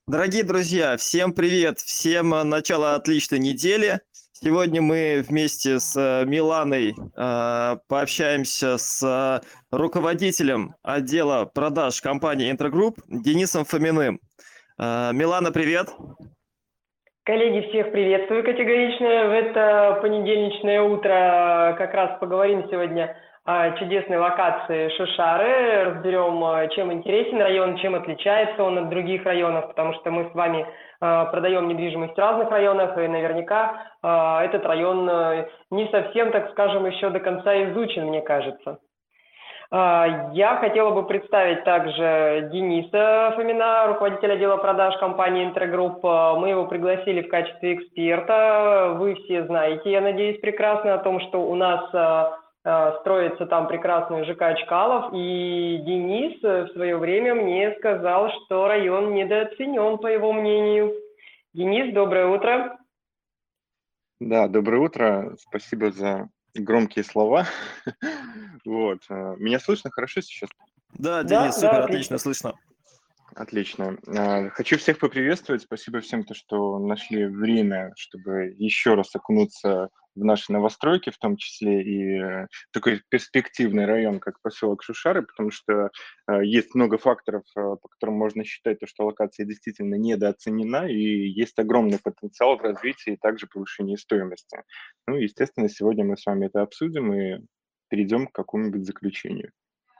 Дорогие друзья, всем привет, всем начало отличной недели. Сегодня мы вместе с Миланой пообщаемся с руководителем отдела продаж компании Интергрупп Денисом Фоминым. Милана, привет. Коллеги, всех приветствую категорично. В это понедельничное утро как раз поговорим сегодня о чудесной локации Шушары. Разберем, чем интересен район, чем отличается он от других районов, потому что мы с вами продаем недвижимость в разных районах, и наверняка этот район не совсем, так скажем, еще до конца изучен, мне кажется. Я хотела бы представить также Дениса Фомина, руководителя отдела продаж компании Интергрупп. Мы его пригласили в качестве эксперта. Вы все знаете, я надеюсь, прекрасно о том, что у нас строится там прекрасный ЖК Чкалов. И Денис в свое время мне сказал, что район недооценен, по его мнению. Денис, доброе утро. Да, доброе утро. Спасибо за громкие слова. Вот. Меня слышно хорошо сейчас? Да, Денис, Да, супер, отлично. отлично слышно. Отлично. Хочу всех поприветствовать. Спасибо всем, что нашли время, чтобы еще раз окунуться в наши новостройки, в том числе и такой перспективный район, как поселок Шушары, потому что есть много факторов, по которым можно считать, что локация действительно недооценена, и есть огромный потенциал в развитии и также повышении стоимости. Ну, естественно, сегодня мы с вами это обсудим и перейдем к какому-нибудь заключению.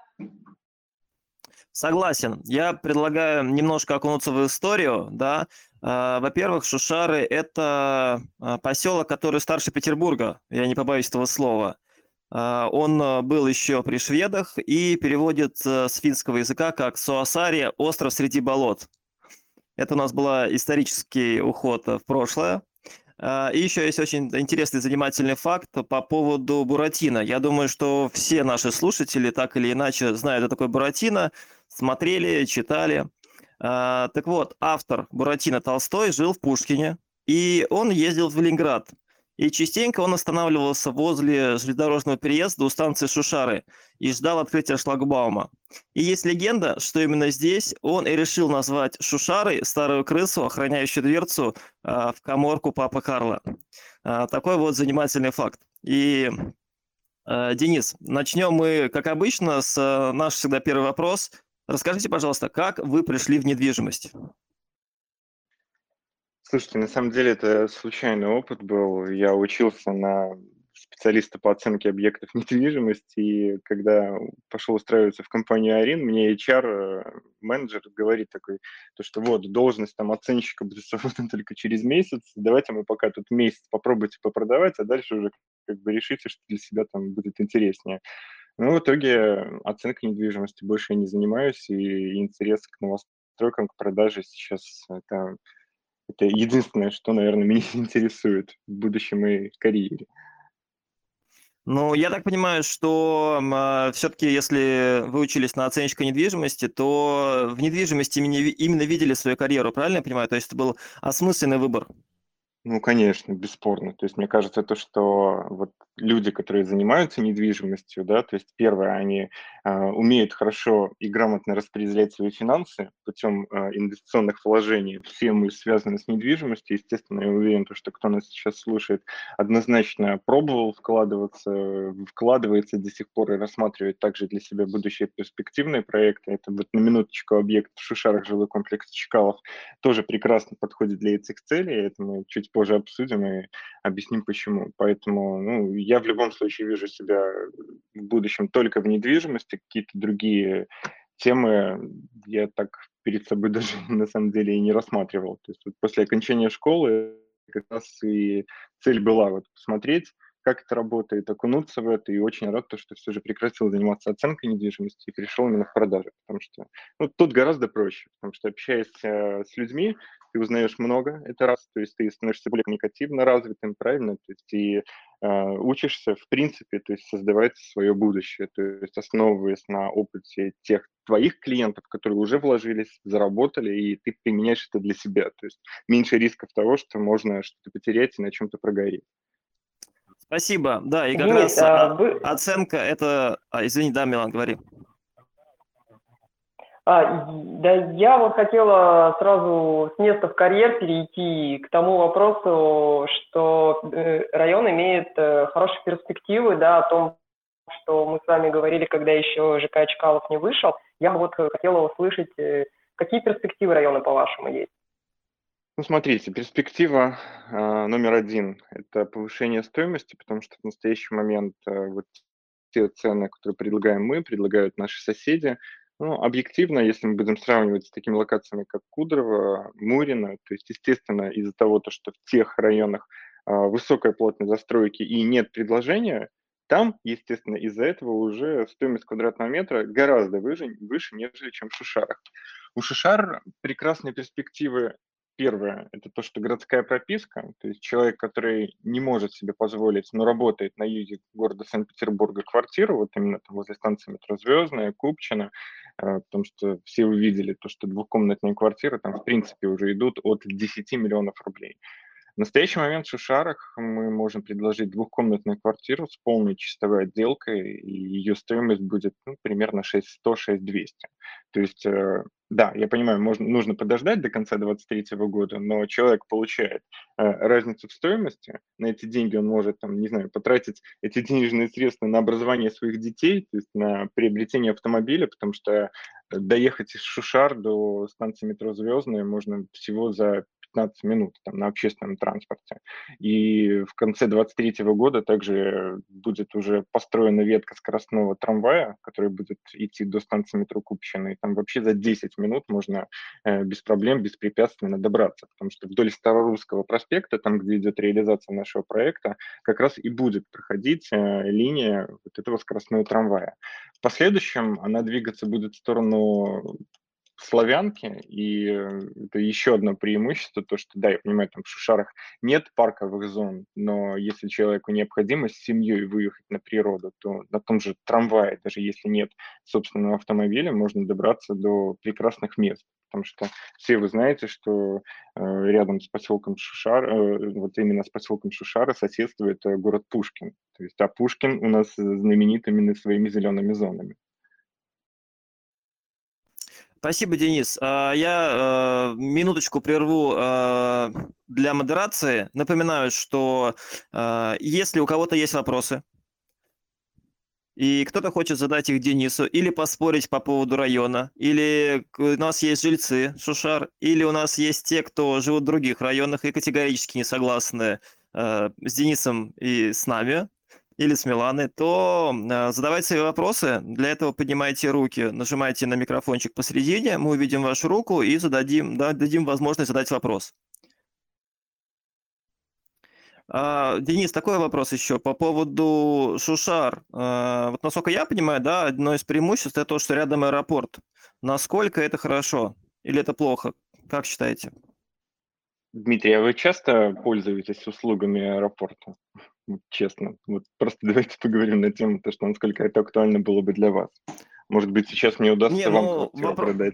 Согласен. Я предлагаю немножко окунуться в историю, да. Во-первых, Шушары – это поселок, который старше Петербурга, я не побоюсь этого слова. Он был еще при шведах и переводит с финского языка как «Суасари – остров среди болот». Это у нас был исторический уход в прошлое. И еще есть очень интересный, занимательный факт по поводу Буратино. Я думаю, что все наши слушатели так или иначе знают, что такое Буратино, смотрели, читали. Так вот, автор Буратино Толстой жил в Пушкине, и он ездил в Ленинград. И частенько он останавливался возле железнодорожного переезда у станции Шушары и ждал открытия шлагбаума. И есть легенда, что именно здесь он и решил назвать Шушарой старую крысу, охраняющую дверцу в каморку папы Карла. Такой вот занимательный факт. И, Денис, начнем мы, как обычно, с наш всегда первый вопрос. Расскажите, пожалуйста, как вы пришли в недвижимость? Слушайте, на самом деле это случайный опыт был. Я учился на специалиста по оценке объектов недвижимости, и когда пошел устраиваться в компанию «Арин», мне HR-менеджер говорит такой, то, что вот должность там оценщика будет свободна только через месяц, давайте мы пока тут месяц попробуйте попродавать, а дальше уже как бы решите, что для себя там будет интереснее. Ну, в итоге оценкой недвижимости больше я не занимаюсь, и интерес к новостройкам, к продаже сейчас это единственное, что, наверное, меня интересует в будущем моей карьере. Ну, я так понимаю, что все-таки, если вы учились на оценщика недвижимости, то в недвижимости именно видели свою карьеру, правильно я понимаю? То есть это был осмысленный выбор. Ну, конечно, бесспорно. То есть мне кажется, то, что вот люди, которые занимаются недвижимостью, да, то есть первое, они умеют хорошо и грамотно распределять свои финансы путем инвестиционных вложений. Все мы связаны с недвижимостью. Естественно, я уверен, то, что кто нас сейчас слушает, однозначно пробовал вкладываться, вкладывается до сих пор и рассматривает также для себя будущие перспективные проекты. Это вот на минуточку объект в Шушарах, жилой комплекс Чкалов, тоже прекрасно подходит для этих целей. Это мы чуть позже обсудим и объясним почему. Поэтому ну, я в любом случае вижу себя в будущем только в недвижимости, какие-то другие темы я так перед собой даже на самом деле и не рассматривал. То есть вот после окончания школы как раз и цель была вот посмотреть, как это работает, окунуться в это, и очень рад, то, что все же прекратил заниматься оценкой недвижимости и перешел именно в продажи, потому что ну, тут гораздо проще, потому что общаясь с людьми, ты узнаешь много, это раз, то есть ты становишься более коммуникативно развитым, правильно, то есть и учишься, в принципе, то есть создавать свое будущее, то есть основываясь на опыте тех твоих клиентов, которые уже вложились, заработали, и ты применяешь это для себя, то есть меньше рисков того, что можно что-то потерять и на чем-то прогореть. Спасибо. Да, и как Денис, раз оценка это... извини, да, Милан, говори. Да, я вот хотела сразу с места в карьер перейти к тому вопросу, что район имеет хорошие перспективы, да, о том, что мы с вами говорили, когда еще ЖК Чкалов не вышел. Я вот хотела услышать, какие перспективы района, по-вашему, есть? Ну, смотрите, перспектива номер один – это повышение стоимости, потому что в настоящий момент вот те цены, которые предлагаем мы, предлагают наши соседи. Ну, объективно, если мы будем сравнивать с такими локациями, как Кудрово, Мурино, то есть, естественно, из-за того, что в тех районах высокая плотность застройки и нет предложения, там, естественно, из-за этого уже стоимость квадратного метра гораздо выше, нежели чем в Шушарах. У Шишар прекрасные перспективы. Первое – это то, что городская прописка, то есть человек, который не может себе позволить, но работает на юге города Санкт-Петербурга квартиру, вот именно там возле станции метро «Звездная», Купчино, потому что все увидели то, что двухкомнатные квартиры там в принципе уже идут от 10 миллионов рублей. В настоящий момент в Шушарах мы можем предложить двухкомнатную квартиру с полной чистовой отделкой, и ее стоимость будет примерно 6100-6200. То есть, да, я понимаю, нужно подождать до конца 2023 года, но человек получает разницу в стоимости. На эти деньги он может, там, не знаю, потратить эти денежные средства на образование своих детей, то есть на приобретение автомобиля, потому что доехать из Шушар до станции метро «Звездная» можно всего за 15 минут там, на общественном транспорте. И в конце 2023 года также будет уже построена ветка скоростного трамвая, который будет идти до станции метро Купчино. И там вообще за 10 минут можно без проблем, беспрепятственно добраться. Потому что вдоль Старорусского проспекта, там, где идет реализация нашего проекта, как раз и будет проходить линия вот этого скоростного трамвая. В последующем она двигаться будет в сторону Славянки, и это еще одно преимущество, то, что, да, я понимаю, там в Шушарах нет парковых зон, но если человеку необходимо с семьей выехать на природу, то на том же трамвае, даже если нет собственного автомобиля, можно добраться до прекрасных мест. Потому что все вы знаете, что рядом с поселком Шушар, вот именно с поселком Шушара соседствует город Пушкин. То есть, а Пушкин у нас знаменит именно своими зелеными зонами. Спасибо, Денис. Я минуточку прерву для модерации. Напоминаю, что если у кого-то есть вопросы, и кто-то хочет задать их Денису, или поспорить по поводу района, или у нас есть жильцы Шушар, или у нас есть те, кто живут в других районах и категорически не согласны с Денисом и с нами, или с Миланой, то задавайте свои вопросы. Для этого поднимайте руки, нажимайте на микрофончик посередине, мы увидим вашу руку и дадим возможность задать вопрос. Денис, такой вопрос еще по поводу Шушар. Вот насколько я понимаю, да, одно из преимуществ – это то, что рядом аэропорт. Насколько это хорошо или это плохо? Как считаете? Дмитрий, а вы часто пользуетесь услугами аэропорта? Вот честно. Вот просто давайте поговорим на тему, то, что насколько это актуально было бы для вас. Может быть, сейчас мне Не, удастся вам ну квартиру продать.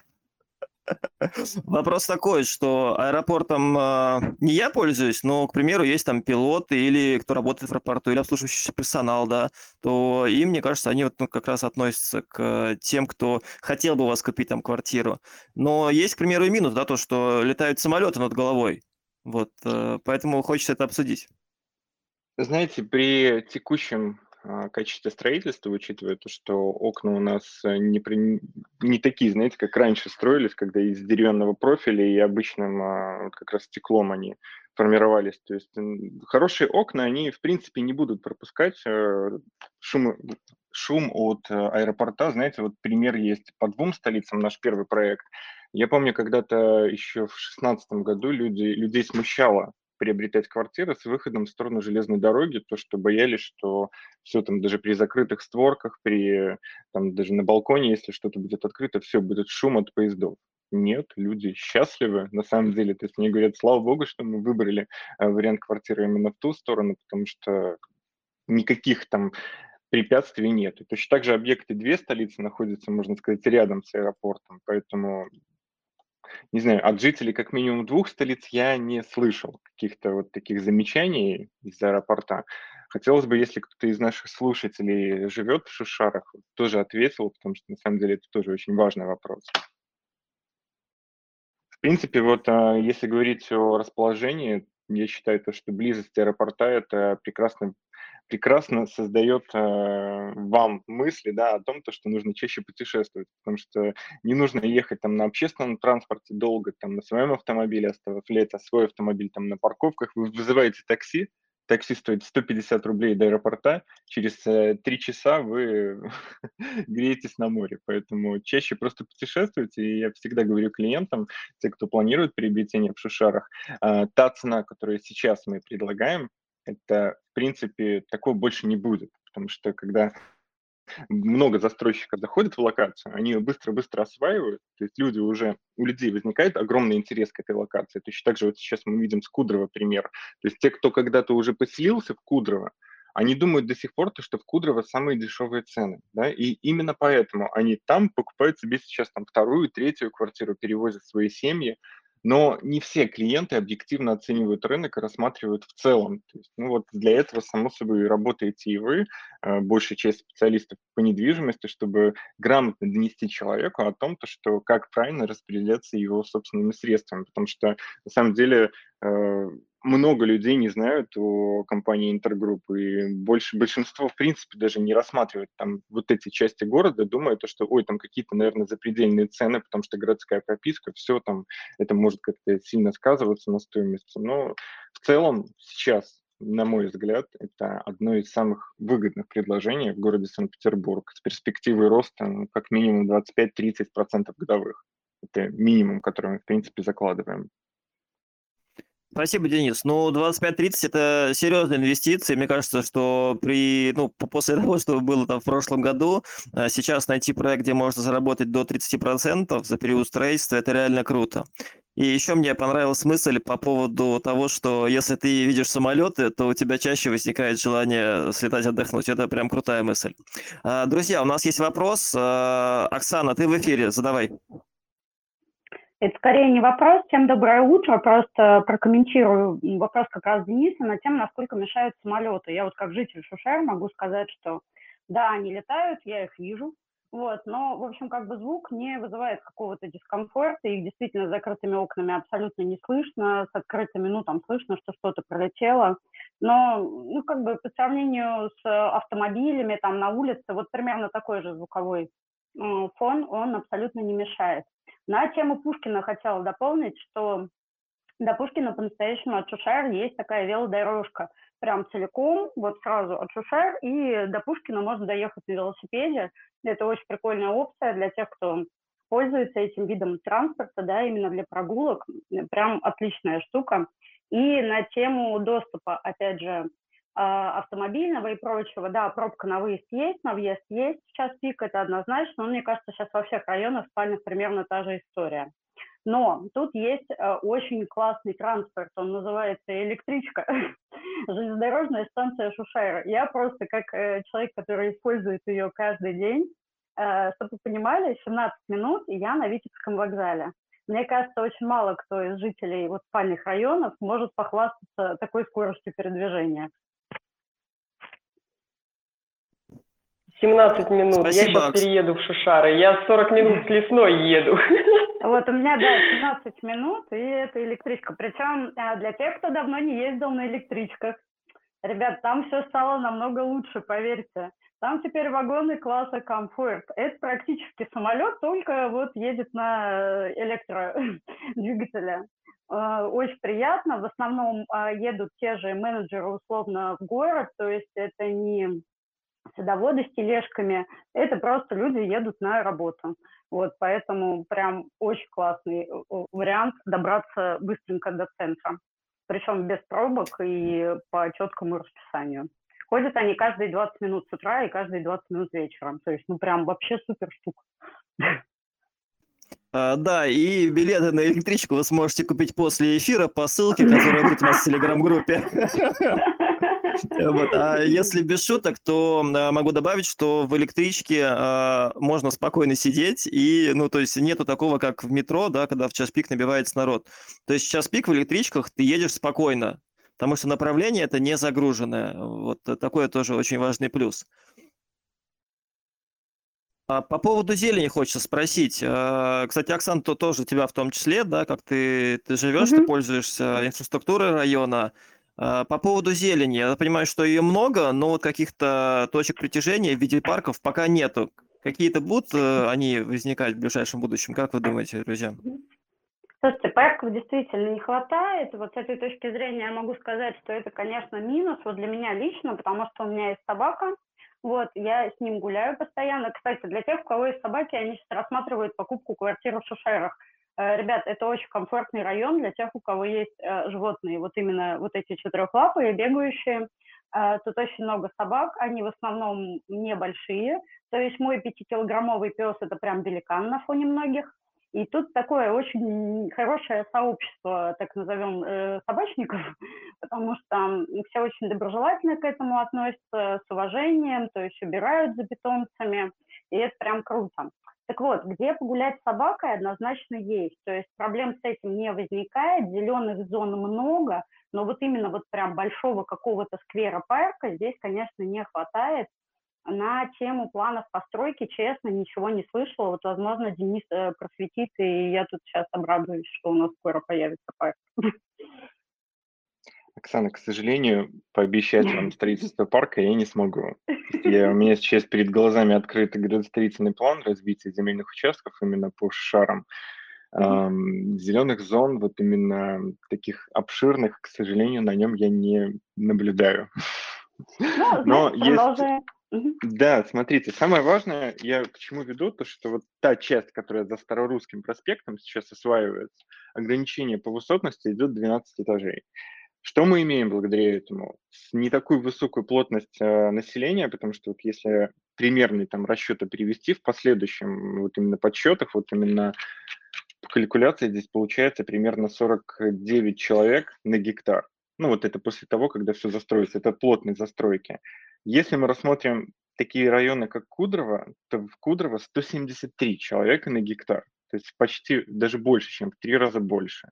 вопрос такой, что аэропортом не я пользуюсь, но, к примеру, есть там пилоты или кто работает в аэропорту, или обслуживающий персонал, да, то им, мне кажется, они вот, как раз относятся к тем, кто хотел бы у вас купить там квартиру. Но есть, к примеру, и минус, да, то, что летают самолеты над головой. Вот, поэтому хочется это обсудить. Знаете, при текущем качестве строительства, учитывая то, что окна у нас не такие, знаете, как раньше строились, когда из деревянного профиля и обычным вот как раз стеклом они формировались. То есть хорошие окна, они в принципе не будут пропускать шум, шум от аэропорта. Знаете, вот пример есть по двум столицам, наш первый проект. Я помню, когда-то еще в 2016 году людей смущало приобретать квартиры с выходом в сторону железной дороги, то, что боялись, что все там даже при закрытых створках, там даже на балконе, если что-то будет открыто, все будет шум от поездов. Нет, люди счастливы на самом деле. То есть мне говорят, слава богу, что мы выбрали вариант квартиры именно в ту сторону, потому что никаких там препятствий нет. И точно так же объекты две столицы находятся, можно сказать, рядом с аэропортом, поэтому не знаю, от жителей как минимум двух столиц я не слышал каких-то вот таких замечаний из аэропорта. Хотелось бы, если кто-то из наших слушателей живет в Шушарах, тоже ответил, потому что на самом деле это тоже очень важный вопрос. В принципе, вот если говорить о расположении, я считаю, то, что близость аэропорта это прекрасно создает вам мысли, да, о том, то, что нужно чаще путешествовать, потому что не нужно ехать там на общественном транспорте долго, там на своем автомобиле, оставлять свой автомобиль там на парковках, вы вызываете такси, такси стоит 150 рублей до аэропорта, через 3 часа вы греетесь на море, поэтому чаще просто путешествуйте, и я всегда говорю клиентам, те, кто планирует приобретение в Шушарах, та цена, которую сейчас мы предлагаем, это, в принципе, такого больше не будет, потому что когда много застройщиков заходят в локацию, они ее быстро-быстро осваивают, то есть у людей возникает огромный интерес к этой локации. Точно так же вот сейчас мы видим с Кудрово пример. То есть те, кто когда-то уже поселился в Кудрово, они думают до сих пор, что в Кудрово самые дешевые цены, да, и именно поэтому они там покупают себе сейчас там вторую, третью квартиру, перевозят свои семьи, но не все клиенты объективно оценивают рынок и рассматривают в целом. То есть, ну вот для этого, само собой, работаете и вы, большая часть специалистов по недвижимости, чтобы грамотно донести человеку о том, то, что как правильно распределяться его собственными средствами. Потому что, на самом деле, много людей не знают о компании Интергрупп, и большинство, в принципе, даже не рассматривает там вот эти части города, думая то, что, ой, там какие-то, наверное, запредельные цены, потому что городская прописка, все там, это может как-то сильно сказываться на стоимости. Но в целом сейчас, на мой взгляд, это одно из самых выгодных предложений в городе Санкт-Петербург с перспективой роста как минимум 25-30% годовых. Это минимум, который мы, в принципе, закладываем. Спасибо, Денис. Ну, 25-30 это серьезные инвестиции. Мне кажется, что после того, что было там в прошлом году, сейчас найти проект, где можно заработать до 30% за период строительства, это реально круто. И еще мне понравилась мысль по поводу того, что если ты видишь самолеты, то у тебя чаще возникает желание слетать отдохнуть. Это прям крутая мысль. Друзья, у нас есть вопрос. Оксана, ты в эфире, задавай. Это скорее не вопрос. Всем доброе утро. Просто прокомментирую вопрос как раз Дениса на тему, насколько мешают самолеты. Я вот как житель Шушер могу сказать, что да, они летают, я их вижу, вот, но, в общем, как бы звук не вызывает какого-то дискомфорта, их действительно с закрытыми окнами абсолютно не слышно, с открытыми, там слышно, что что-то пролетело, но, как бы по сравнению с автомобилями там на улице, вот примерно такой же звуковой фон, он абсолютно не мешает. На тему Пушкина хотела дополнить, что до Пушкина по-настоящему от Шушер есть такая велодорожка, прям целиком, вот сразу от Шушер, и до Пушкина можно доехать на велосипеде. Это очень прикольная опция для тех, кто пользуется этим видом транспорта, да, именно для прогулок. Прям отличная штука. И на тему доступа, опять же, автомобильного и прочего, да, пробка на выезд есть, на въезд есть, сейчас пик, это однозначно, но мне кажется, сейчас во всех районах спальных примерно та же история. Но тут есть очень классный транспорт, он называется электричка, железнодорожная станция Шушера. Я просто как человек, который использует ее каждый день, чтобы вы понимали, 17 минут, и я на Витебском вокзале. Мне кажется, очень мало кто из жителей вот спальных районов может похвастаться такой скоростью передвижения. 17 минут. Спасибо, Я сейчас перееду в Шушары. Я 40 минут с Лесной еду. Вот у меня, да, 17 минут, и это электричка. Причем для тех, кто давно не ездил на электричках, ребят, там все стало намного лучше, поверьте. Там теперь вагоны класса комфорт. Это практически самолет, только вот едет на электродвигателе. Очень приятно. В основном едут те же менеджеры условно в город, то есть это не садоводы с тележками, это просто люди едут на работу. Вот, поэтому прям очень классный вариант добраться быстренько до центра. Причем без пробок и по четкому расписанию. Ходят они каждые 20 минут с утра и каждые 20 минут вечером. То есть, прям вообще супер штука. Да, и билеты на электричку вы сможете купить после эфира по ссылке, которая будет у нас в Телеграм-группе. Вот. А если без шуток, то могу добавить, что в электричке можно спокойно сидеть, и, то есть нету такого, как в метро, да, когда в час пик набивается народ. То есть в час пик в электричках ты едешь спокойно. потому что направление это не загруженное. Вот такой тоже очень важный плюс. По поводу зелени хочется спросить. Кстати, Оксана, то тоже тебя в том числе, да, как ты живешь, ты пользуешься инфраструктурой района. По поводу зелени, я понимаю, что ее много, но вот каких-то точек притяжения в виде парков пока нету. Какие-то будут они возникать в ближайшем будущем? Как вы думаете, друзья? Слушайте, парков действительно не хватает. Вот с этой точки зрения я могу сказать, что это, конечно, минус вот для меня лично, потому что у меня есть собака. Вот, я с ним гуляю постоянно. Кстати, для тех, у кого есть собаки, они сейчас рассматривают покупку квартиры в Шушерах. Ребят, это очень комфортный район для тех, у кого есть животные. Вот именно вот эти четырехлапые, бегающие. Тут очень много собак, они в основном небольшие. То есть мой 5-килограммовый пес – это прям великан на фоне многих. И тут такое очень хорошее сообщество, так назовем, собачников, потому что все очень доброжелательно к этому относятся, с уважением, то есть убирают за питомцами, и это прям круто. Так вот, где погулять с собакой однозначно есть, то есть проблем с этим не возникает, зеленых зон много, но вот именно вот прям большого какого-то сквера-парка здесь, конечно, не хватает. На тему планов постройки, честно, ничего не слышала. Вот, возможно, Денис просветит, и я тут сейчас обрадуюсь, что у нас скоро появится парк. Оксана, к сожалению, пообещать вам строительство парка я не смогу. То есть у меня сейчас перед глазами открыт градостроительный план развития земельных участков именно по шарам. Зеленых зон, вот именно таких обширных, к сожалению, на нем я не наблюдаю. Ну, Но значит, есть... продолжаем. Да, смотрите, самое важное, я к чему веду, то что вот та часть, которая за Старорусским проспектом сейчас осваивается, ограничение по высотности идет 12 этажей. Что мы имеем благодаря этому? Не такую высокую плотность населения, потому что вот если примерные там расчеты перевести в последующем, вот именно подсчетах, вот именно по калькуляции здесь получается примерно 49 человек на гектар. Ну вот это после того, когда все застроится, это плотность застройки. Если мы рассмотрим такие районы, как Кудрово, то в Кудрово 173 человека на гектар. То есть почти даже больше, чем в 3 раза больше.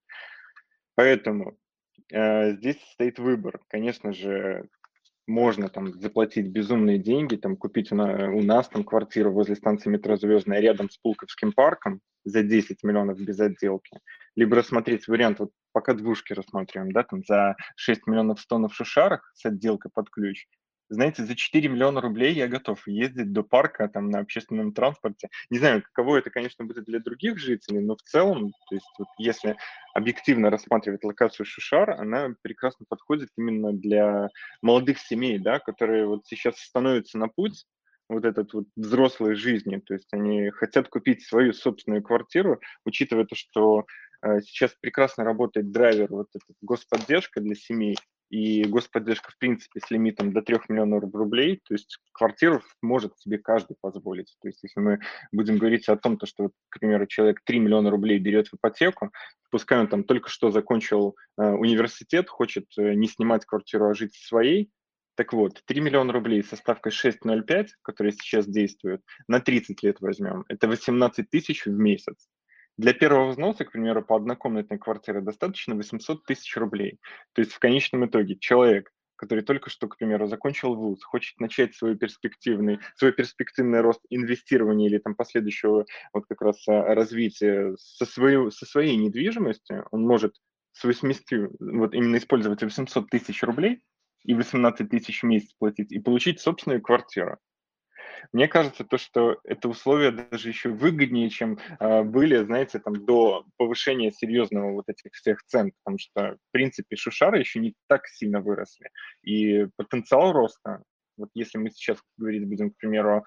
Поэтому здесь стоит выбор. Конечно же, можно там заплатить безумные деньги, там купить у нас там квартиру возле станции метро «Звездная» рядом с Пулковским парком за 10 миллионов без отделки, либо рассмотреть вариант, вот пока двушки рассматриваем, да, там за 6 миллионов 100 в Шушарах с отделкой под ключ. Знаете, за 4 миллиона рублей я готов ездить до парка там на общественном транспорте. Не знаю, каково это, конечно, будет для других жителей, но в целом, то есть вот если объективно рассматривать локацию Шушар, она прекрасно подходит именно для молодых семей, да, которые вот сейчас становятся на путь вот этот вот взрослой жизни, то есть они хотят купить свою собственную квартиру, учитывая то, что сейчас прекрасно работает драйвер, вот эта господдержка для семей, и господдержка, в принципе, с лимитом до 3 миллионов рублей, то есть квартиру может себе каждый позволить. То есть если мы будем говорить о том, то, что, к примеру, человек 3 миллиона рублей берет в ипотеку, пускай он там только что закончил университет, хочет не снимать квартиру, а жить в своей, так вот, 3 миллиона рублей со ставкой 6,05, которая сейчас действует, на 30 лет возьмем, это 18 тысяч в месяц. Для первого взноса, к примеру, по однокомнатной квартире достаточно 800 тысяч рублей. То есть в конечном итоге человек, который только что, к примеру, закончил вуз, хочет начать свой перспективный рост инвестирования или там последующего вот как раз развития со своей недвижимости, он может с 80, вот именно использовать 800 тысяч рублей и 18 тысяч в месяц платить и получить собственную квартиру. Мне кажется, то, что это условия даже еще выгоднее, чем были, знаете, там до повышения серьезного вот этих всех цен, потому что, в принципе, Шушары еще не так сильно выросли. И потенциал роста, вот если мы сейчас говорить будем, к примеру,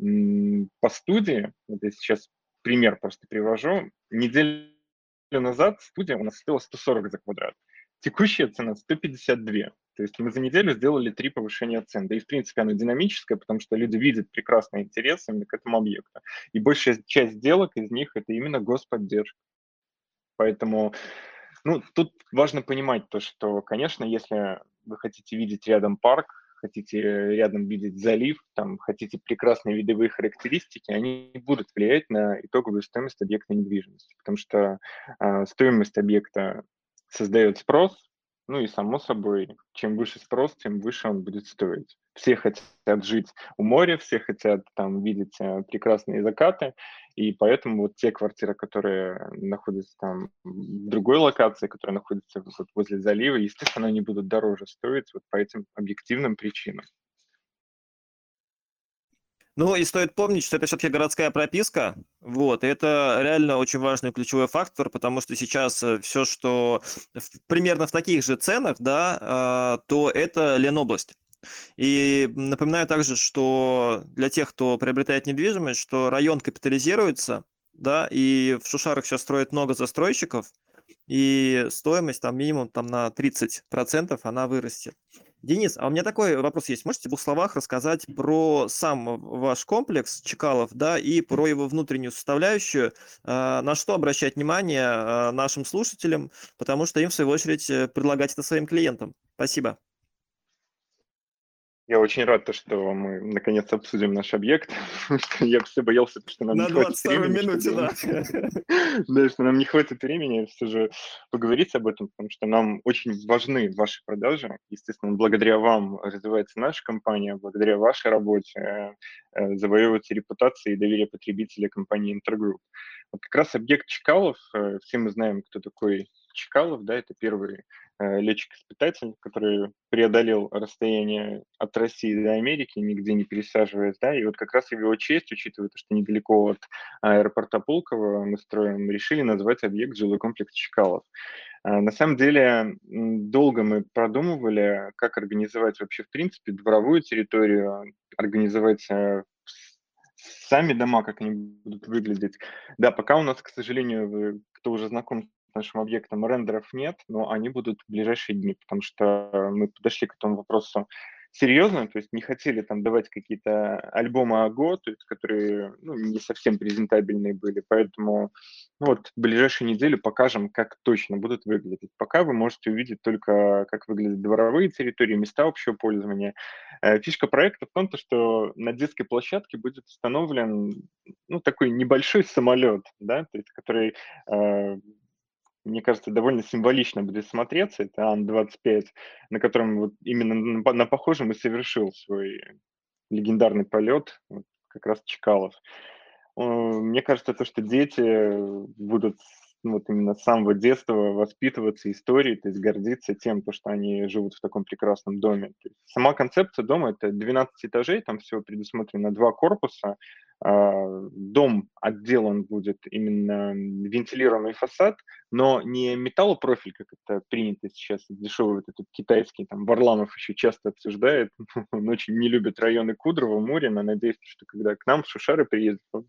по студии, вот я сейчас пример просто привожу, неделю назад студия у нас стоила 140 за квадрат. Текущая цена 152. То есть мы за неделю сделали 3 повышения цен. Да и, в принципе, оно динамическое, потому что люди видят прекрасный интерес именно к этому объекту. И большая часть сделок из них – это именно господдержка. Поэтому ну, тут важно понимать то, что, конечно, если вы хотите видеть рядом парк, хотите рядом видеть залив, там, хотите прекрасные видовые характеристики, они будут влиять на итоговую стоимость объекта недвижимости, потому что стоимость объекта создает спрос, Ну и само собой, чем выше спрос, тем выше он будет стоить. Все хотят жить у моря, все хотят там видеть прекрасные закаты, и поэтому вот те квартиры, которые находятся там в другой локации, которые находятся вот возле залива, естественно, они будут дороже стоить вот по этим объективным причинам. Ну и стоит помнить, что это все-таки городская прописка, вот, и это реально очень важный ключевой фактор, потому что сейчас все, что примерно в таких же ценах, да, то это Ленобласть. И напоминаю также, что для тех, кто приобретает недвижимость, что район капитализируется, да, и в Шушарах сейчас строят много застройщиков, и стоимость там минимум там на 30% она вырастет. Денис, а у меня такой вопрос есть. Можете в двух словах рассказать про сам ваш комплекс Чкалов, да, и про его внутреннюю составляющую, на что обращать внимание нашим слушателям, потому что им, в свою очередь, предлагать это своим клиентам. Спасибо. Я очень рад, что мы наконец обсудим наш объект, потому что я все боялся, что нам не На хватит 22-й времени, минуте, чтобы... да. Да, что нам не хватит времени все же поговорить об этом, потому что нам очень важны ваши продажи. Естественно, благодаря вам развивается наша компания, благодаря вашей работе завоевывается репутация и доверие потребителя компании Интергрупп. Вот как раз объект Чкалов, все мы знаем, кто такой Чкалов, да, это первый летчик-испытатель, который преодолел расстояние от России до Америки, нигде не пересаживаясь, да, и вот как раз в его честь, учитывая то, что недалеко от аэропорта Пулково мы строим, решили назвать объект жилой комплекс Чкалов. На самом деле, долго мы продумывали, как организовать вообще, в принципе, дворовую территорию, организовать сами дома, как они будут выглядеть. Да, пока у нас, к сожалению, кто уже знаком с нашим объектом, рендеров нет, но они будут в ближайшие дни, потому что мы подошли к этому вопросу серьезно, то есть не хотели там давать какие-то альбомы АГО, то есть которые не совсем презентабельные были, поэтому вот в ближайшие недели покажем, как точно будут выглядеть. Пока вы можете увидеть только, как выглядят дворовые территории, места общего пользования. Фишка проекта в том, что на детской площадке будет установлен такой небольшой самолет, да, то есть, который мне кажется, довольно символично будет смотреться. Это Ан-25, на котором вот именно на похожем и совершил свой легендарный полет вот как раз Чкалов. Мне кажется, то, что дети будут вот именно с самого детства воспитываться историей, то есть гордиться тем, то, что они живут в таком прекрасном доме. То есть сама концепция дома – это 12 этажей, там всего предусмотрено 2 корпуса. Дом отделан будет именно вентилированный фасад, но не металлопрофиль, как это принято сейчас, дешевый вот этот китайский, там Варламов еще часто обсуждает, он очень не любит районы Кудрово, Мурина, надеюсь, что когда к нам в Шушары приедет, он,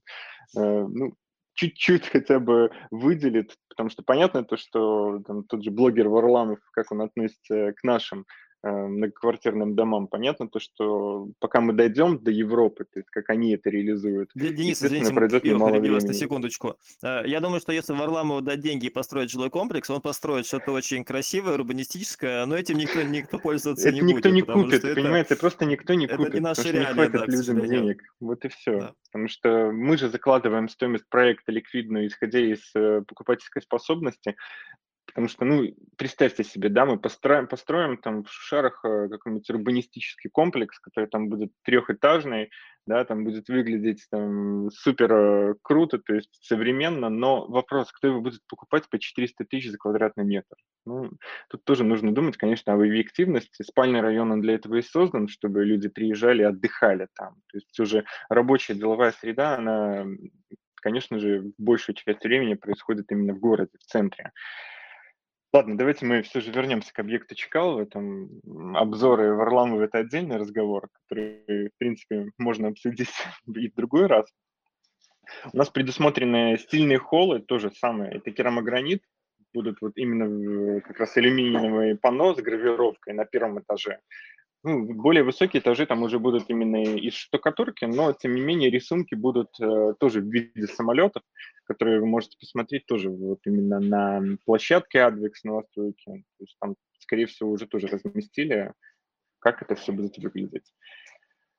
чуть-чуть хотя бы выделит, потому что понятно то, что там, тот же блогер Варламов, как он относится к нашим многоквартирным домам, понятно то, что пока мы дойдем до Европы, то есть как они это реализуют, Денис, естественно, извините, пройдет я немало перебью вас на времени. секундочку. Я думаю, что если Варламову дать деньги и построить жилой комплекс, он построит что-то очень красивое, урбанистическое, но этим никто пользоваться не Это никто будет, не потому купит, что ты понимаешь, это просто никто не это не купит, потому наша что не реалия, да, хватит к людям сожалению. денег. Вот и все. Да. Потому что мы же закладываем стоимость проекта ликвидную, исходя из покупательской способности. Потому что, представьте себе, да, мы построим там в Шушарах какой-нибудь урбанистический комплекс, который там будет трехэтажный, да, там будет выглядеть там супер круто, то есть современно, но вопрос, кто его будет покупать по 400 тысяч за квадратный метр? Ну, тут тоже нужно думать, конечно, об объективности. Спальный район, он для этого и создан, чтобы люди приезжали, отдыхали там. То есть уже рабочая деловая среда, она, конечно же, большую часть времени происходит именно в городе, в центре. Ладно, давайте мы все же вернемся к объекту Чкалова. Там обзоры Варламова – это отдельный разговор, который, в принципе, можно обсудить и в другой раз. У нас предусмотрены стильные холлы, то же самое. Это керамогранит, будут вот именно как раз алюминиевые панно с гравировкой на первом этаже. Более высокие этажи там уже будут именно из штукатурки, но тем не менее рисунки будут тоже в виде самолетов, которые вы можете посмотреть тоже вот именно на площадке Advex новостройки. То есть там, скорее всего, уже тоже разместили, как это все будет выглядеть.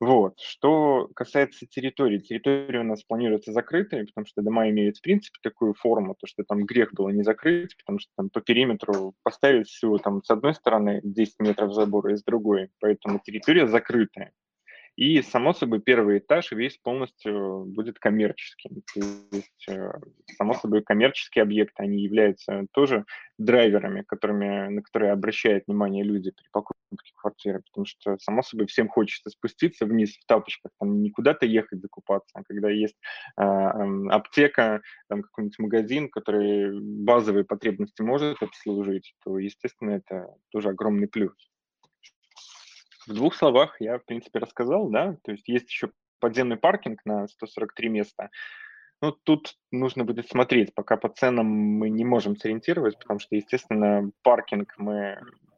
Вот. Что касается территории. Территория у нас планируется закрытой, потому что дома имеют, в принципе, такую форму, то, что там грех было не закрыть, потому что там по периметру поставить всего там с одной стороны 10 метров забора и с другой. Поэтому территория закрытая. И, само собой, первый этаж весь полностью будет коммерческим. То есть, само собой, коммерческие объекты, они являются тоже драйверами, на которые обращают внимание люди при покупке квартиры, потому что, само собой, всем хочется спуститься вниз в тапочках, там не куда-то ехать закупаться, а когда есть аптека, там какой-нибудь магазин, который базовые потребности может обслужить, то, естественно, это тоже огромный плюс. В двух словах я, в принципе, рассказал, да. То есть еще подземный паркинг на 143 места. Ну, тут нужно будет смотреть. Пока по ценам мы не можем сориентировать, потому что, естественно, паркинг мы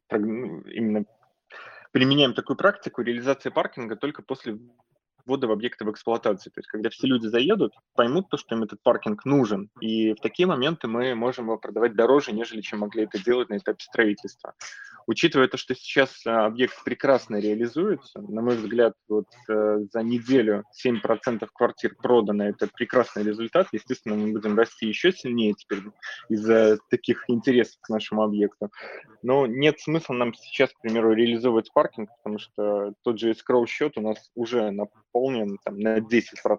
именно применяем такую практику реализации паркинга только после ввода в объекты в эксплуатацию. То есть когда все люди заедут, поймут то, что им этот паркинг нужен, и в такие моменты мы можем его продавать дороже, нежели чем могли это делать на этапе строительства. Учитывая то, что сейчас объект прекрасно реализуется, на мой взгляд, вот за неделю 7% квартир продано, это прекрасный результат. Естественно, мы будем расти еще сильнее теперь из-за таких интересов к нашему объекту. Но нет смысла нам сейчас, к примеру, реализовывать паркинг, потому что тот же escrow-счет у нас уже наполнен там, на 10%.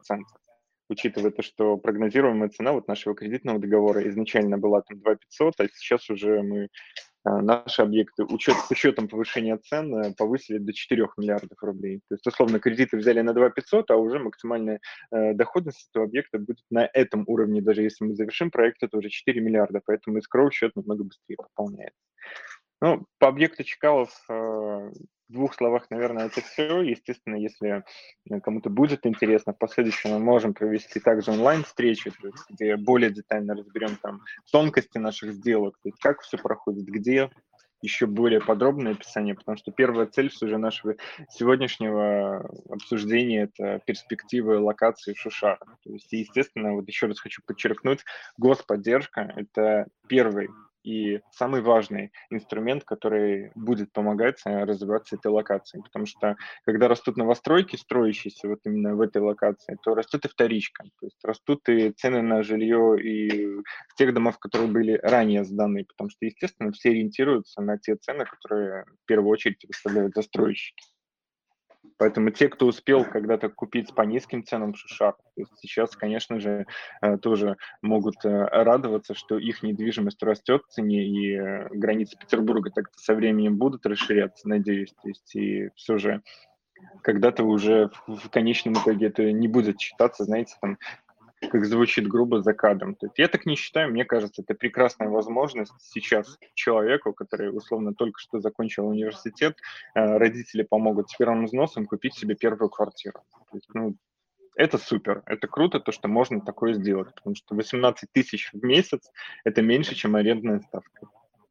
Учитывая то, что прогнозируемая цена вот нашего кредитного договора изначально была там 2 500, а сейчас уже мы наши объекты с учетом повышения цен повысили до 4 миллиардов рублей. То есть, условно, кредиты взяли на 2 500, а уже максимальная доходность этого объекта будет на этом уровне. Даже если мы завершим проект, это уже 4 миллиарда, поэтому escrow счет намного быстрее пополняется. Ну, по объекту Чкалов в двух словах, наверное, это все. Естественно, если кому-то будет интересно, в последующем мы можем провести также онлайн-встречи, где более детально разберем там тонкости наших сделок, то есть как все проходит, где еще более подробное описание, потому что первая цель уже нашего сегодняшнего обсуждения – это перспективы локации в Шушарах. То есть, естественно, вот еще раз хочу подчеркнуть, господдержка – это первый и самый важный инструмент, который будет помогать развиваться этой локации. Потому что когда растут новостройки, строящиеся вот именно в этой локации, то растут и вторичка. То есть растут и цены на жилье и в тех домах, которые были ранее сданы. Потому что, естественно, все ориентируются на те цены, которые в первую очередь выставляют застройщики. Поэтому те, кто успел когда-то купить по низким ценам в Шушарах, сейчас, конечно же, тоже могут радоваться, что их недвижимость растет в цене, и границы Петербурга так-то со временем будут расширяться, надеюсь. То есть и все же когда-то уже в конечном итоге это не будет считаться, знаете, там, как звучит грубо, за кадром. То есть я так не считаю, мне кажется, это прекрасная возможность сейчас человеку, который условно только что закончил университет, родители помогут с первым взносом купить себе первую квартиру. То есть, это супер, это круто, то, что можно такое сделать, потому что 18 тысяч в месяц – это меньше, чем арендная ставка.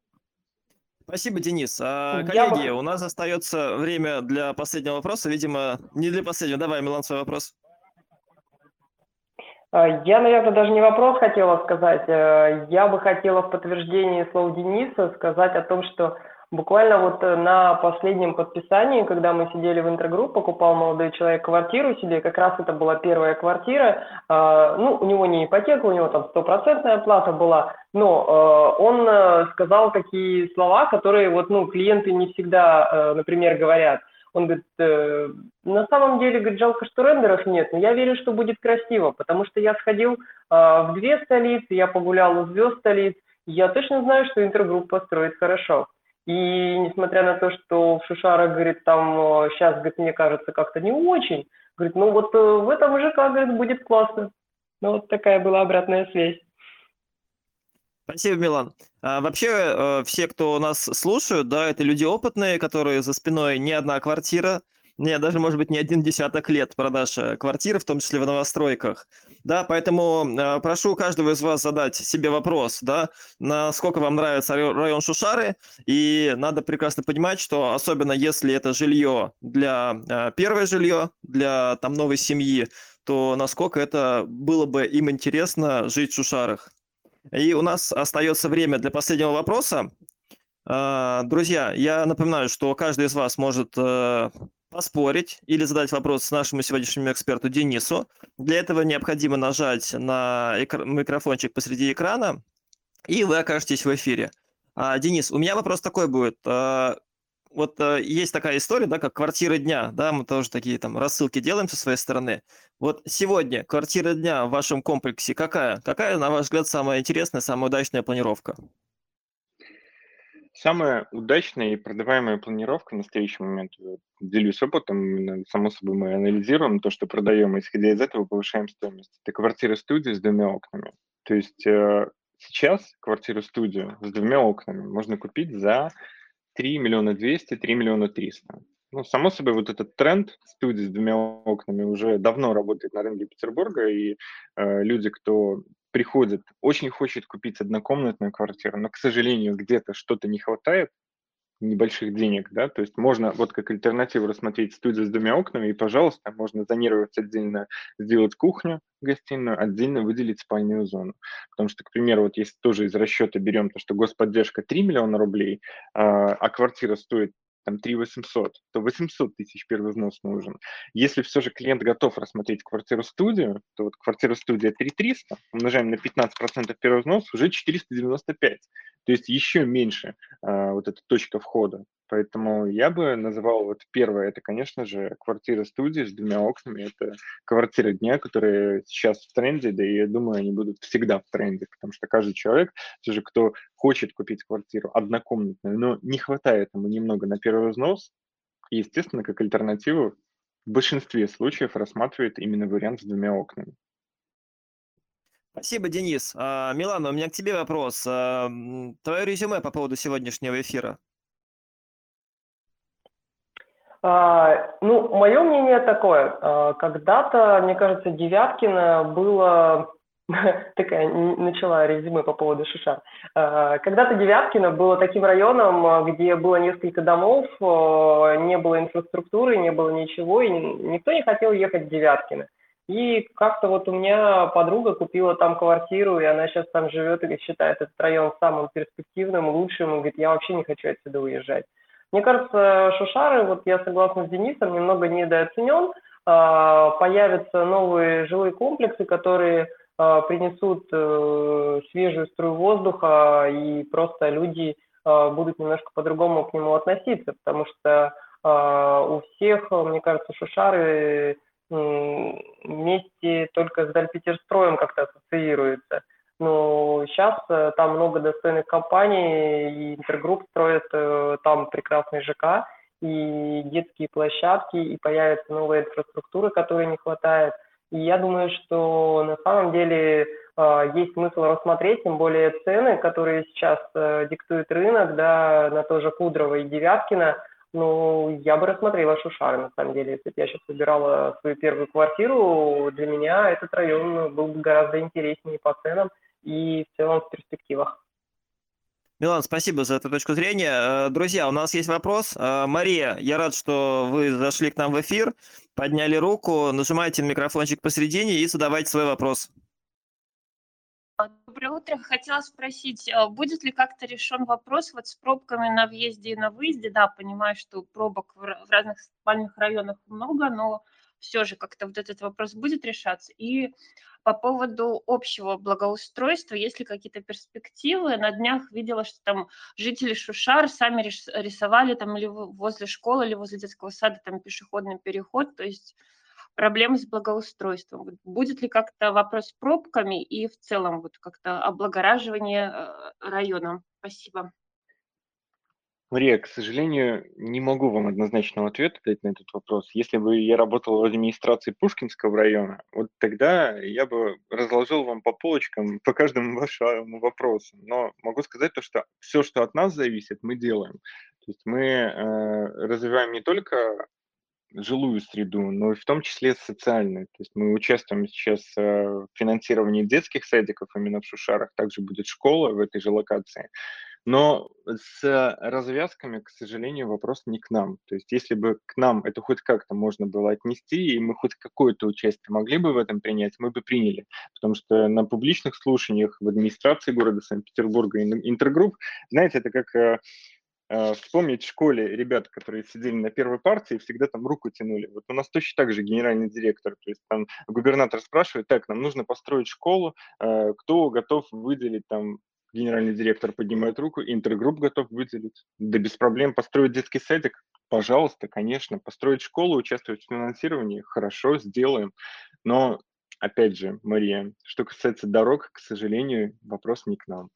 Спасибо, Денис. Коллеги, у нас остается время для последнего вопроса. Видимо, не для последнего. Давай, Милан, свой вопрос. Я, наверное, даже не вопрос хотела сказать. Я бы хотела в подтверждении слов Дениса сказать о том, что буквально вот на последнем подписании, когда мы сидели в интергрупп, покупал молодой человек квартиру себе, как раз это была первая квартира. У него не ипотека, у него там 100% оплата была, но он сказал такие слова, которые клиенты не всегда, например, говорят. Он говорит, на самом деле, говорит, жалко, что рендеров нет, но я верю, что будет красиво, потому что я сходил в 2 столицы, я погулял у звезд столиц, я точно знаю, что интергрупп построит хорошо. И несмотря на то, что в Шушарах, говорит, там сейчас, говорит, мне кажется, как-то не очень, говорит, в этом ЖК, говорит, будет классно. Вот такая была обратная связь. Спасибо, Милан. Вообще, все, кто нас слушают, да, это люди опытные, которые за спиной не одна квартира, даже, может быть, не 1 десяток лет продаж квартир, в том числе в новостройках. Да, поэтому прошу каждого из вас задать себе вопрос, да, насколько вам нравится район Шушары, и надо прекрасно понимать, что особенно если это жилье для первое жилье, для там новой семьи, то насколько это было бы им интересно жить в Шушарах. И у нас остается время для последнего вопроса. Друзья, я напоминаю, что каждый из вас может поспорить или задать вопрос нашему сегодняшнему эксперту Денису. Для этого необходимо нажать на микрофончик посреди экрана, и вы окажетесь в эфире. Денис, у меня вопрос такой будет. Есть такая история, да, как квартира дня, да, мы тоже такие там рассылки делаем со своей стороны. Вот сегодня квартира дня в вашем комплексе какая? Какая, на ваш взгляд, самая интересная, самая удачная планировка? Самая удачная и продаваемая планировка в настоящий момент, делюсь опытом, именно, само собой мы анализируем то, что продаем, и исходя из этого повышаем стоимость. Это квартира-студия с двумя окнами. То есть сейчас квартиру-студию с двумя окнами можно купить за 3 миллиона 200, 3 миллиона 300. Ну, само собой, вот этот тренд студии с двумя окнами уже давно работает на рынке Петербурга, и люди, кто приходит, очень хочет купить однокомнатную квартиру, но, к сожалению, где-то что-то не хватает, небольших денег, да, то есть можно вот как альтернативу рассмотреть студию с двумя окнами, и, пожалуйста, можно зонировать отдельно, сделать кухню, гостиную, отдельно выделить спальную зону. Потому что, к примеру, вот если тоже из расчета берем то, что господдержка 3 миллиона рублей, а квартира стоит там 3 800, то 800 тысяч первый взнос нужен. Если все же клиент готов рассмотреть квартиру-студию, то вот квартира-студия 3 300, умножаем на 15% первый взнос, уже 495. То есть еще меньше вот эта точка входа. Поэтому я бы называл вот первое, это, конечно же, квартира-студия с двумя окнами. Это квартиры дня, которые сейчас в тренде, да и я думаю, они будут всегда в тренде, потому что каждый человек, все же, кто хочет купить квартиру однокомнатную, но не хватает ему немного на первый взнос, и, естественно, как альтернативу в большинстве случаев рассматривает именно вариант с двумя окнами. Спасибо, Денис. Милана, у меня к тебе вопрос. Твое резюме по поводу сегодняшнего эфира. Ну, мое мнение такое. Когда-то, мне кажется, Девяткино было... Такая начала резюме по поводу Шишар. Когда-то Девяткино было таким районом, где было несколько домов, не было инфраструктуры, не было ничего, и никто не хотел ехать в Девяткино. И как-то вот у меня подруга купила там квартиру, и она сейчас там живет и считает этот район самым перспективным, лучшим, и говорит, я вообще не хочу отсюда уезжать. Мне кажется, Шушары, вот я согласна с Денисом, немного недооценен. Появятся новые жилые комплексы, которые принесут свежую струю воздуха, и просто люди будут немножко по-другому к нему относиться, потому что у всех, мне кажется, Шушары вместе только с Дальпетерстроем как-то ассоциируются. Но сейчас там много достойных компаний, и Интергрупп строит там прекрасный ЖК, и детские площадки, и появится новая инфраструктура, которой не хватает. И я думаю, что на самом деле есть смысл рассмотреть, тем более цены, которые сейчас диктует рынок, да, на то же Кудрово и Девяткино. Ну, я бы рассмотрела Шушары, на самом деле. Если бы я сейчас выбирала свою первую квартиру, для меня этот район был бы гораздо интереснее по ценам и в целом в перспективах. Милан, спасибо за эту точку зрения. Друзья, у нас есть вопрос. Мария, я рад, что вы зашли к нам в эфир, подняли руку, нажимайте на микрофончик посередине и задавайте свой вопрос. Доброе утро. Хотела спросить, будет ли как-то решен вопрос вот с пробками на въезде и на выезде? Да, понимаю, что пробок в разных спальных районах много, но все же как-то вот этот вопрос будет решаться. И по поводу общего благоустройства, есть ли какие-то перспективы? На днях видела, что там жители Шушар сами рисовали там или возле школы, или возле детского сада там пешеходный переход, то есть проблемы с благоустройством. Вот будет ли как-то вопрос с пробками и в целом вот как-то облагораживание района? Спасибо. Мария, к сожалению, не могу вам однозначного ответа дать на этот вопрос. Если бы я работал в администрации Пушкинского района, вот тогда я бы разложил вам по полочкам по каждому вашему вопросу. Но могу сказать то, что все, что от нас зависит, мы делаем. То есть мы развиваем не только жилую среду, но и в том числе социальную. То есть мы участвуем сейчас в финансировании детских садиков именно в Шушарах, также будет школа в этой же локации. Но с развязками, к сожалению, вопрос не к нам. То есть если бы к нам это хоть как-то можно было отнести, и мы хоть какое-то участие могли бы в этом принять, мы бы приняли. Потому что на публичных слушаниях в администрации города Санкт-Петербурга Интергрупп, знаете, это как вспомнить в школе ребят, которые сидели на первой партии и всегда там руку тянули. Вот у нас точно так же генеральный директор. То есть там губернатор спрашивает: так, нам нужно построить школу, кто готов выделить там. Генеральный директор поднимает руку, интергрупп готов выделить. Да без проблем. Построить детский садик? Пожалуйста, конечно. Построить школу, участвовать в финансировании? Хорошо, сделаем. Но, опять же, Мария, что касается дорог, к сожалению, вопрос не к нам.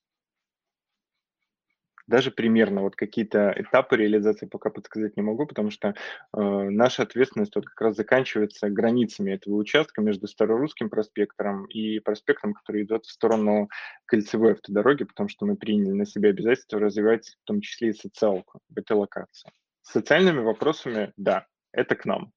Даже примерно вот какие-то этапы реализации пока подсказать не могу, потому что наша ответственность вот как раз заканчивается границами этого участка между Старорусским проспектом и проспектом, который идет в сторону кольцевой автодороги, потому что мы приняли на себя обязательство развивать в том числе и социалку в этой локации. С социальными вопросами, да, это к нам.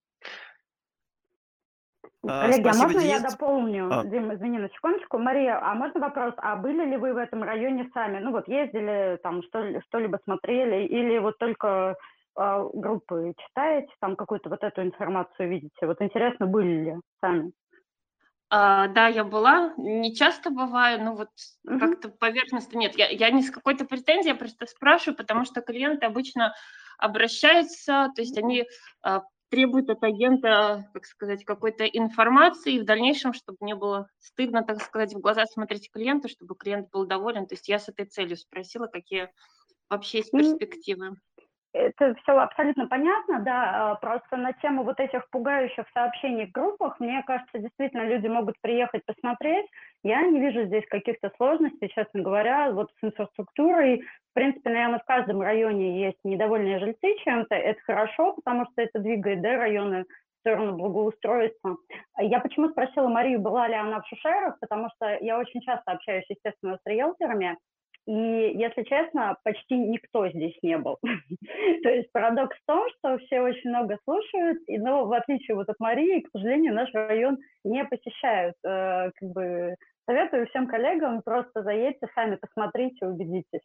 Коллеги, а Спасибо, можно я Денис. дополню? Дим, извини на секундочку. Мария, а можно вопрос, а были ли вы в этом районе сами? Ну вот ездили, там что-либо смотрели, или вот только группы читаете, там какую-то вот эту информацию видите? Вот интересно, были ли сами? Да, я была, не часто бываю, но вот как-то поверхностно нет. Я не с какой-то претензией, я просто спрашиваю, потому что клиенты обычно обращаются, то есть они требуют от агента, как сказать, какой-то информации, и в дальнейшем, чтобы не было стыдно, так сказать, в глаза смотреть клиенту, чтобы клиент был доволен. То есть я с этой целью спросила, какие вообще есть перспективы. Это все абсолютно понятно, да, просто на тему вот этих пугающих сообщений в группах, мне кажется, действительно люди могут приехать посмотреть. Я не вижу здесь каких-то сложностей, честно говоря, вот с инфраструктурой. В принципе, наверное, в каждом районе есть недовольные жильцы чем-то. Это хорошо, потому что это двигает, да, районы в сторону благоустройства. Я почему спросила Марию, была ли она в Шушерах, потому что я очень часто общаюсь, естественно, с риэлторами, и, если честно, почти никто здесь не был. То есть парадокс в том, что все очень много слушают, но в отличие вот от Марии, к сожалению, наш район не посещают. Советую всем коллегам, просто заедьте, сами посмотрите, убедитесь.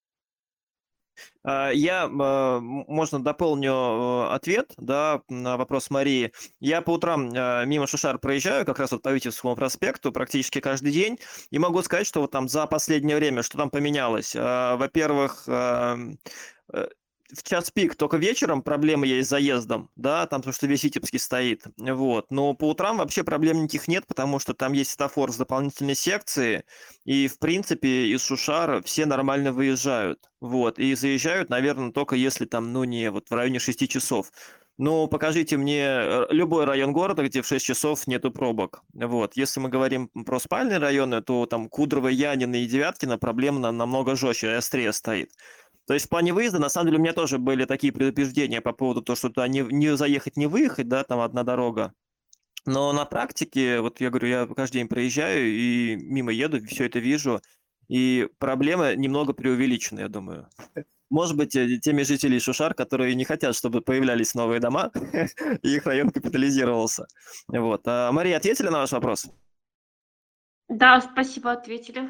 Я, можно, дополню ответ, да, на вопрос Марии. Я по утрам мимо Шушар проезжаю, как раз вот по Витебскому проспекту, практически каждый день, и могу сказать, что вот там за последнее время, что там поменялось. Во-первых, в час пик только вечером проблемы есть с заездом, да, там потому что весь Витебский стоит, вот. Но по утрам вообще проблем никаких нет, потому что там есть светофор с дополнительной секцией, и, в принципе, из Шушара все нормально выезжают, вот. И заезжают, наверное, только если там, ну, не вот в районе 6 часов. Ну, покажите мне любой район города, где в 6 часов нету пробок. Вот. Если мы говорим про спальные районы, то там Кудрово, Янина и Девяткино проблема намного жестче и острее стоит. То есть в плане выезда, на самом деле, у меня тоже были такие предупреждения по поводу того, что туда не заехать, не выехать, да, там одна дорога. Но на практике, вот я говорю, я каждый день проезжаю и мимо еду, все это вижу, и проблема немного преувеличена, я думаю. Может быть, теми жителей Шушар, которые не хотят, чтобы появлялись новые дома, и их район капитализировался. Вот. Мария, ответили на ваш вопрос? Да, спасибо, ответили.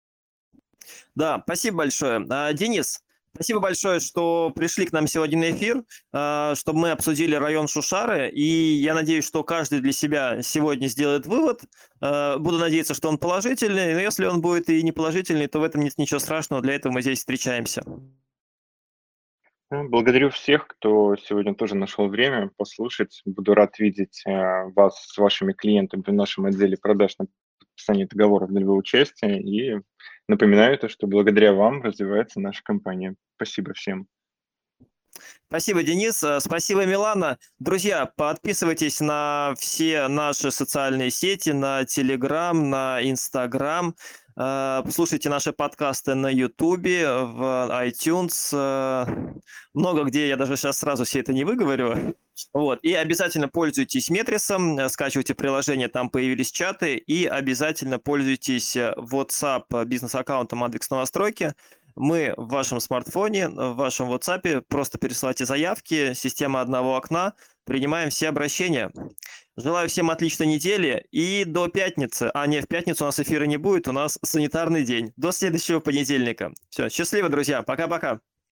Да, спасибо большое. Денис, спасибо большое, что пришли к нам сегодня на эфир, чтобы мы обсудили район Шушары, и я надеюсь, что каждый для себя сегодня сделает вывод. Буду надеяться, что он положительный, но если он будет и не положительный, то в этом нет ничего страшного, для этого мы здесь встречаемся. Благодарю всех, кто сегодня тоже нашел время послушать. Буду рад видеть вас с вашими клиентами в нашем отделе продаж на подписании договоров для участия. И напоминаю то, что благодаря вам развивается наша компания. Спасибо всем. Спасибо, Денис. Спасибо, Милана. Друзья, подписывайтесь на все наши социальные сети, на Telegram, на Instagram. Слушайте наши подкасты на YouTube, в iTunes. Много где, я даже сейчас сразу все это не выговорю. Вот. И обязательно пользуйтесь Метрисом, скачивайте приложение, там появились чаты. И обязательно пользуйтесь WhatsApp бизнес-аккаунтом Адрекс Новостройки. Мы в вашем смартфоне, в вашем WhatsApp просто пересылайте заявки, система одного окна, принимаем все обращения. Желаю всем отличной недели и до пятницы. Не, в пятницу у нас эфира не будет, у нас санитарный день. До следующего понедельника. Все, счастливо, друзья, пока-пока.